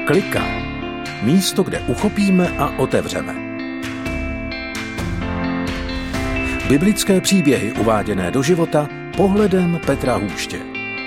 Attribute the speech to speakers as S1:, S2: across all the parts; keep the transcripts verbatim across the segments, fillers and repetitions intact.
S1: Klika. Místo, kde uchopíme a otevřeme. Biblické příběhy uváděné do života pohledem Petra Hůště.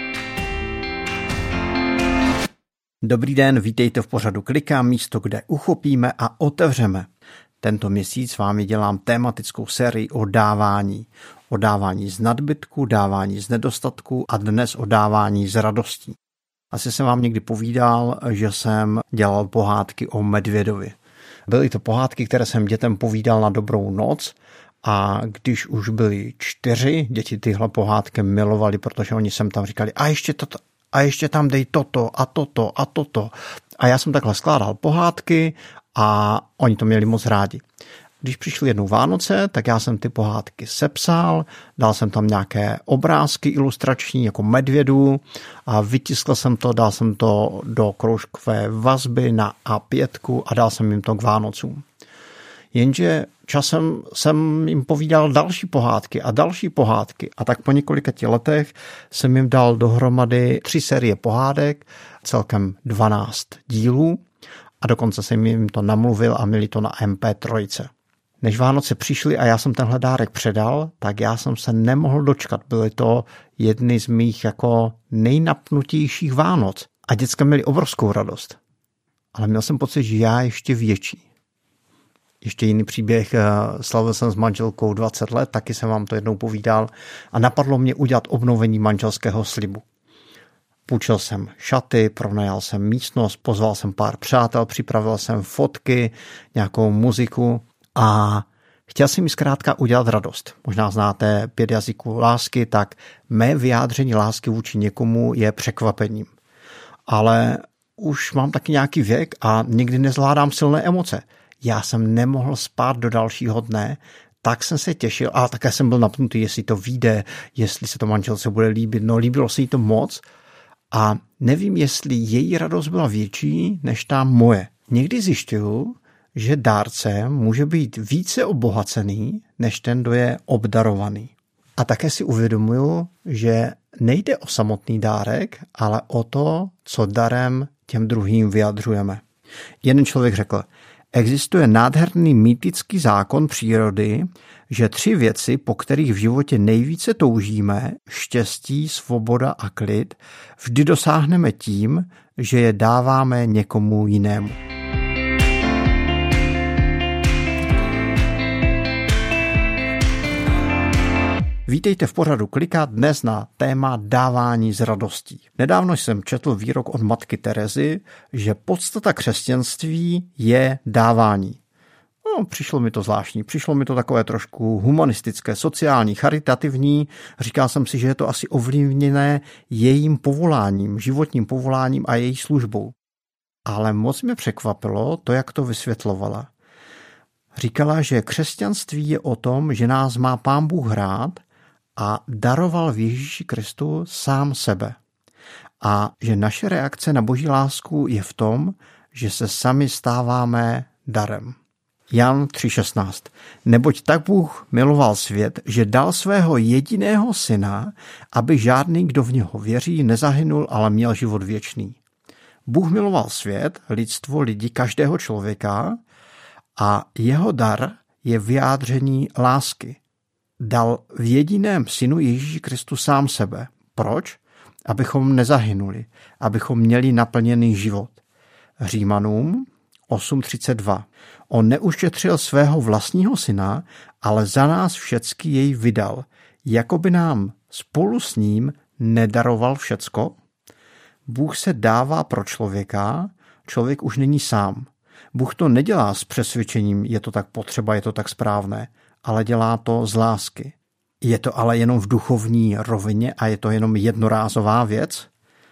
S2: Dobrý den, vítejte v pořadu Klika, místo, kde uchopíme a otevřeme. Tento měsíc s vámi dělám tematickou sérii o dávání. O dávání z nadbytku, dávání z nedostatku a dnes o dávání z radostí. Asi jsem vám někdy povídal, že jsem dělal pohádky o medvědovi. Byly to pohádky, které jsem dětem povídal na dobrou noc, a když už byli čtyři, děti tyhle pohádky milovali, protože oni sem tam říkali a ještě toto, a ještě tam dej toto a toto a toto. A já jsem takhle skládal pohádky a oni to měli moc rádi. Když přišly jednou Vánoce, tak já jsem ty pohádky sepsal, dal jsem tam nějaké obrázky ilustrační jako medvědů a vytiskl jsem to, dal jsem to do kroužkové vazby na á pět a dal jsem jim to k Vánocům. Jenže časem jsem jim povídal další pohádky a další pohádky a tak po několika letech jsem jim dal dohromady tři série pohádek, celkem dvanáct dílů a dokonce jsem jim to namluvil a měli to na em pé tři. Než Vánoce přišly a já jsem tenhle dárek předal, tak já jsem se nemohl dočkat. Byly to jedny z mých jako nejnapnutějších Vánoc. A děcka měli obrovskou radost. Ale měl jsem pocit, že já ještě větší. Ještě jiný příběh, slavil jsem s manželkou dvacet let, taky jsem vám to jednou povídal a napadlo mě udělat obnovení manželského slibu. Půjčil jsem šaty, pronajal jsem místnost, pozval jsem pár přátel, připravil jsem fotky, nějakou muziku a chtěl jsem mi zkrátka udělat radost. Možná znáte pět jazyků lásky, tak mé vyjádření lásky vůči někomu je překvapením. Ale už mám taky nějaký věk a nikdy nezvládám silné emoce. Já jsem nemohl spát do dalšího dne, tak jsem se těšil, ale také jsem byl napnutý, jestli to vyjde, jestli se to manželce bude líbit. No, líbilo se jí to moc a nevím, jestli její radost byla větší než ta moje. Někdy zjišťuju, že dárce může být více obohacený, než ten, kdo je obdarovaný. A také si uvědomuju, že nejde o samotný dárek, ale o to, co darem těm druhým vyjadřujeme. Jeden člověk řekl, existuje nádherný mýtický zákon přírody, že tři věci, po kterých v životě nejvíce toužíme, štěstí, svoboda a klid, vždy dosáhneme tím, že je dáváme někomu jinému. Vítejte v pořadu Klika dnes na téma dávání z radostí. Nedávno jsem četl výrok od matky Terezy, že podstata křesťanství je dávání. No, přišlo mi to zvláštní, přišlo mi to takové trošku humanistické, sociální, charitativní. Říkal jsem si, že je to asi ovlivněné jejím povoláním, životním povoláním a její službou. Ale moc mě překvapilo to, jak to vysvětlovala. Říkala, že křesťanství je o tom, že nás má Pán Bůh rád a daroval v Ježíši Kristu sám sebe. A že naše reakce na Boží lásku je v tom, že se sami stáváme darem. Jan tři šestnáct. Neboť tak Bůh miloval svět, že dal svého jediného syna, aby žádný, kdo v něho věří, nezahynul, ale měl život věčný. Bůh miloval svět, lidstvo, lidi, každého člověka a jeho dar je vyjádření lásky. Dal v jediném synu Ježíši Kristu sám sebe. Proč? Abychom nezahynuli, abychom měli naplněný život. Římanům osm třicet dva. On neušetřil svého vlastního syna, ale za nás všecky jej vydal. Jakoby nám spolu s ním nedaroval všecko? Bůh se dává pro člověka, člověk už není sám. Bůh to nedělá s přesvědčením, je to tak potřeba, je to tak správné, ale dělá to z lásky. Je to ale jenom v duchovní rovině a je to jenom jednorázová věc?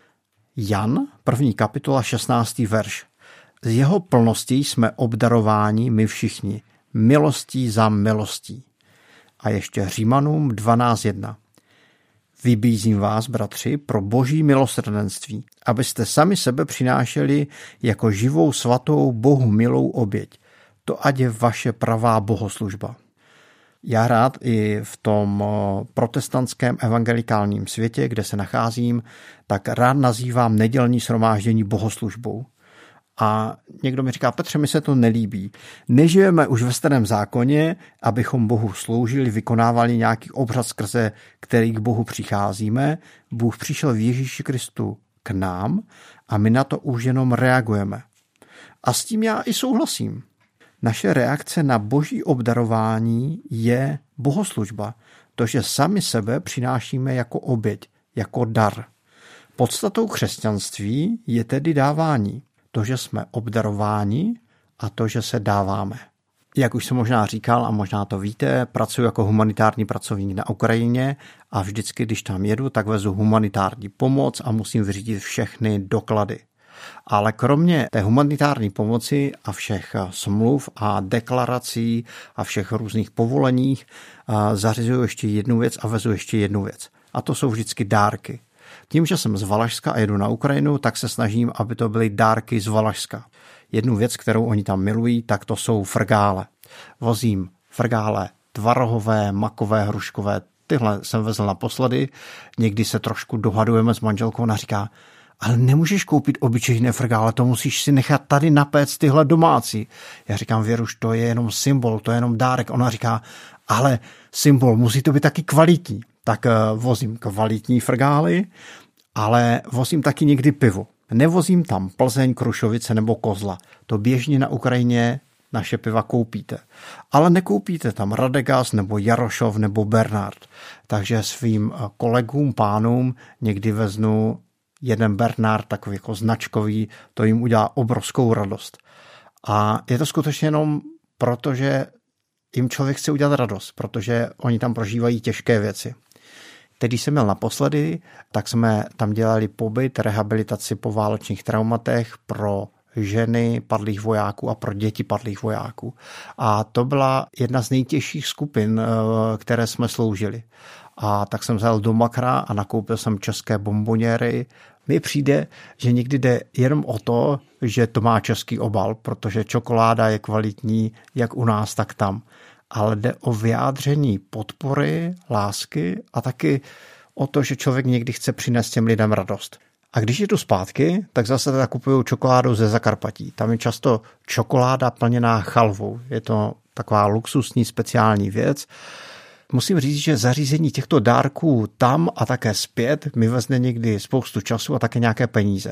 S2: Jan, první kapitola, šestnáctý verš. Z jeho plnosti jsme obdarováni my všichni, milostí za milostí. A ještě Římanům dvanáct jedna. Vybízím vás, bratři, pro boží milosrdenství, abyste sami sebe přinášeli jako živou, svatou, Bohu milou oběť. To ať je vaše pravá bohoslužba. Já rád i v tom protestantském evangelikálním světě, kde se nacházím, tak rád nazývám nedělní shromáždění bohoslužbou. A někdo mi říká, Petře, mi se to nelíbí. Nežijeme už ve starém zákoně, abychom Bohu sloužili, vykonávali nějaký obřad, skrze který k Bohu přicházíme. Bůh přišel v Ježíši Kristu k nám a my na to už jenom reagujeme. A s tím já i souhlasím. Naše reakce na boží obdarování je bohoslužba. To, že sami sebe přinášíme jako oběť, jako dar. Podstatou křesťanství je tedy dávání. To, že jsme obdarováni a to, že se dáváme. Jak už jsem možná říkal a možná to víte, pracuji jako humanitární pracovník na Ukrajině a vždycky, když tam jedu, tak vezu humanitární pomoc a musím vyřídit všechny doklady. Ale kromě té humanitární pomoci a všech smluv a deklarací a všech různých povoleních zařizuju ještě jednu věc a vezu ještě jednu věc. A to jsou vždycky dárky. Tím, že jsem z Valašska a jedu na Ukrajinu, tak se snažím, aby to byly dárky z Valašska. Jednu věc, kterou oni tam milují, tak to jsou frgále. Vozím frgále tvarohové, makové, hruškové. Tyhle jsem vezl naposledy. Někdy se trošku dohadujeme s manželkou, ona říká, ale nemůžeš koupit obyčejné frgále, to musíš si nechat tady napéct tyhle domácí. Já říkám, Věruš, to je jenom symbol, to je jenom dárek. Ona říká, ale symbol, musí to být taky kvalitní. Tak vozím kvalitní frgály, ale vozím taky někdy pivo. Nevozím tam Plzeň, Krušovice nebo Kozla. To běžně na Ukrajině naše piva koupíte. Ale nekoupíte tam Radegast nebo Jarošov nebo Bernard. Takže svým kolegům, pánům někdy veznu jeden Bernard, takový jako značkový, to jim udělá obrovskou radost. A je to skutečně jenom proto, že jim člověk chce udělat radost, protože oni tam prožívají těžké věci. Teď, když jsem měl naposledy, tak jsme tam dělali pobyt, rehabilitaci po válečných traumatech pro ženy padlých vojáků a pro děti padlých vojáků. A to byla jedna z nejtěžších skupin, které jsme sloužili. A tak jsem zajel do Makra a nakoupil jsem české bomboněry. Mně přijde, že někdy jde jenom o to, že to má český obal, protože čokoláda je kvalitní jak u nás, tak tam. Ale jde o vyjádření podpory, lásky a taky o to, že člověk někdy chce přinést těm lidem radost. A když jdu zpátky, tak zase teda kupuju čokoládu ze Zakarpatí. Tam je často čokoláda plněná chalvou. Je to taková luxusní speciální věc. Musím říct, že zařízení těchto dárků tam a také zpět mi vezne někdy spoustu času a také nějaké peníze.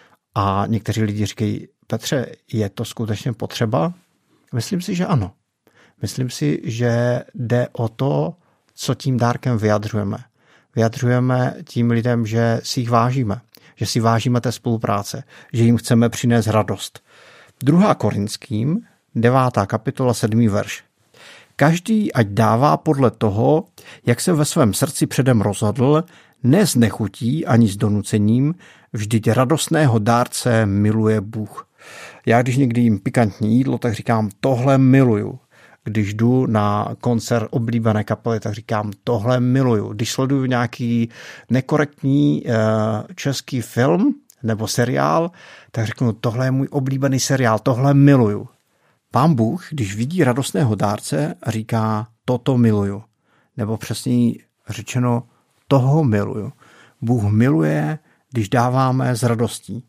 S2: A někteří lidi říkají, Petře, je to skutečně potřeba? Myslím si, že ano. Myslím si, že jde o to, co tím dárkem vyjadřujeme. Vyjadřujeme tím lidem, že si jich vážíme, že si vážíme té spolupráce, že jim chceme přinést radost. druhá Korinským, devátá kapitola, sedmý verš. Každý ať dává podle toho, jak se ve svém srdci předem rozhodl, ne s nechutí ani s donucením, vždyť radostného dárce miluje Bůh. Já když někdy jím pikantní jídlo, tak říkám, tohle miluju. Když jdu na koncert oblíbené kapely, tak říkám, tohle miluju. Když sleduju nějaký nekorektní uh, český film nebo seriál, tak řeknu, tohle je můj oblíbený seriál, tohle miluju. Pán Bůh, když vidí radostného dárce, říká, toto miluju. Nebo přesněji řečeno, toho miluju. Bůh miluje, když dáváme s radostí.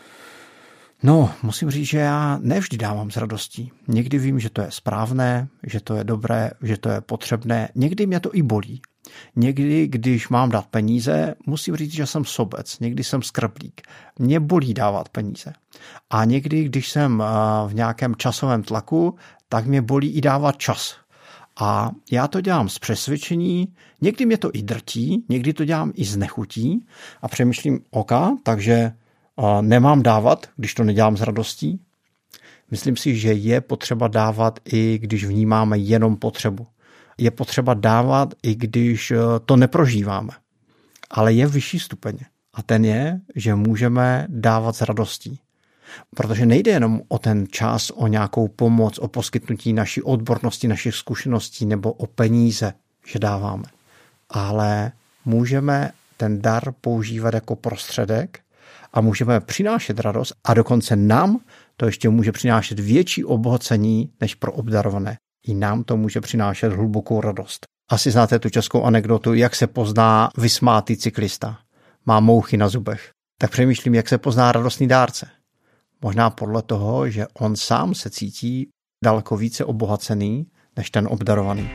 S2: No, musím říct, že já nevždy dávám s radostí. Někdy vím, že to je správné, že to je dobré, že to je potřebné. Někdy mě to i bolí. Někdy, když mám dát peníze, musím říct, že jsem sobec. Někdy jsem skrblík. Mě bolí dávat peníze. A někdy, když jsem v nějakém časovém tlaku, tak mě bolí i dávat čas. A já to dělám z přesvědčení, někdy mě to i drtí, někdy to dělám i z nechutí a přemýšlím, oka, takže nemám dávat, když to nedělám s radostí. Myslím si, že je potřeba dávat, i když vnímáme jenom potřebu. Je potřeba dávat, i když to neprožíváme. Ale je vyšší stupeň. A ten je, že můžeme dávat s radostí. Protože nejde jenom o ten čas, o nějakou pomoc, o poskytnutí naší odbornosti, našich zkušeností nebo o peníze, že dáváme. Ale můžeme ten dar používat jako prostředek a můžeme přinášet radost a dokonce nám to ještě může přinášet větší obohacení než pro obdarované. I nám to může přinášet hlubokou radost. Asi znáte tu českou anekdotu, jak se pozná vysmátý cyklista. Má mouchy na zubech. Tak přemýšlím, jak se pozná radostný dárce. Možná podle toho, že on sám se cítí daleko více obohacený než ten obdarovaný.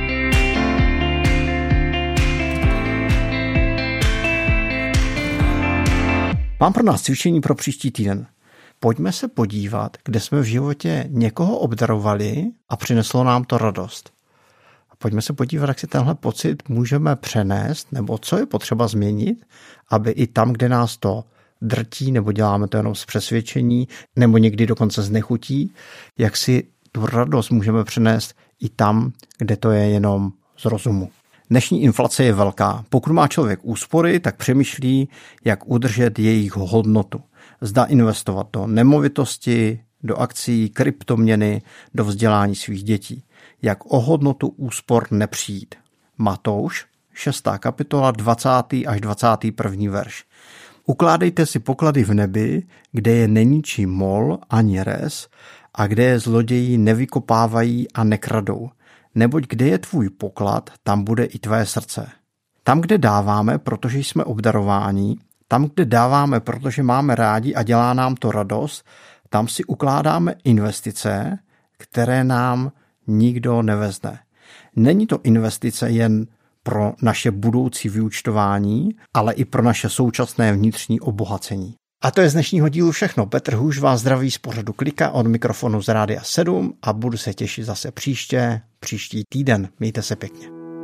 S2: Mám pro nás cvičení pro příští týden. Pojďme se podívat, kde jsme v životě někoho obdarovali a přineslo nám to radost. A pojďme se podívat, jak si tenhle pocit můžeme přenést, nebo co je potřeba změnit, aby i tam, kde nás to drtí, nebo děláme to jenom z přesvědčení, nebo někdy dokonce z nechutí, jak si tu radost můžeme přenést i tam, kde to je jenom z rozumu. Dnešní inflace je velká. Pokud má člověk úspory, tak přemýšlí, jak udržet jejich hodnotu. Zda investovat do nemovitosti, do akcí, kryptoměny, do vzdělání svých dětí. Jak o hodnotu úspor nepřijít. Matouš, šestá kapitola, dvacátý až dvacátý první verš. Ukládejte si poklady v nebi, kde je neničí mol ani res a kde je zloději nevykopávají a nekradou. Neboť kde je tvůj poklad, tam bude i tvé srdce. Tam, kde dáváme, protože jsme obdarováni, tam, kde dáváme, protože máme rádi a dělá nám to radost, tam si ukládáme investice, které nám nikdo nevezme. Není to investice jen pro naše budoucí vyúčtování, ale i pro naše současné vnitřní obohacení. A to je z dnešního dílu všechno. Petr Hůž vás zdraví z pořadu Klika od mikrofonu z Rádia sedm a budu se těšit zase příště, příští týden. Mějte se pěkně.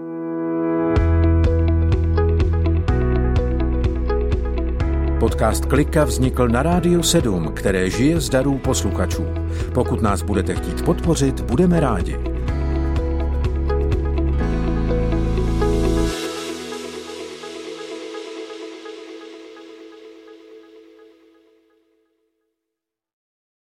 S1: Podcast Klika vznikl na Rádiu sedm, které žije z darů posluchačů. Pokud nás budete chtít podpořit, budeme rádi.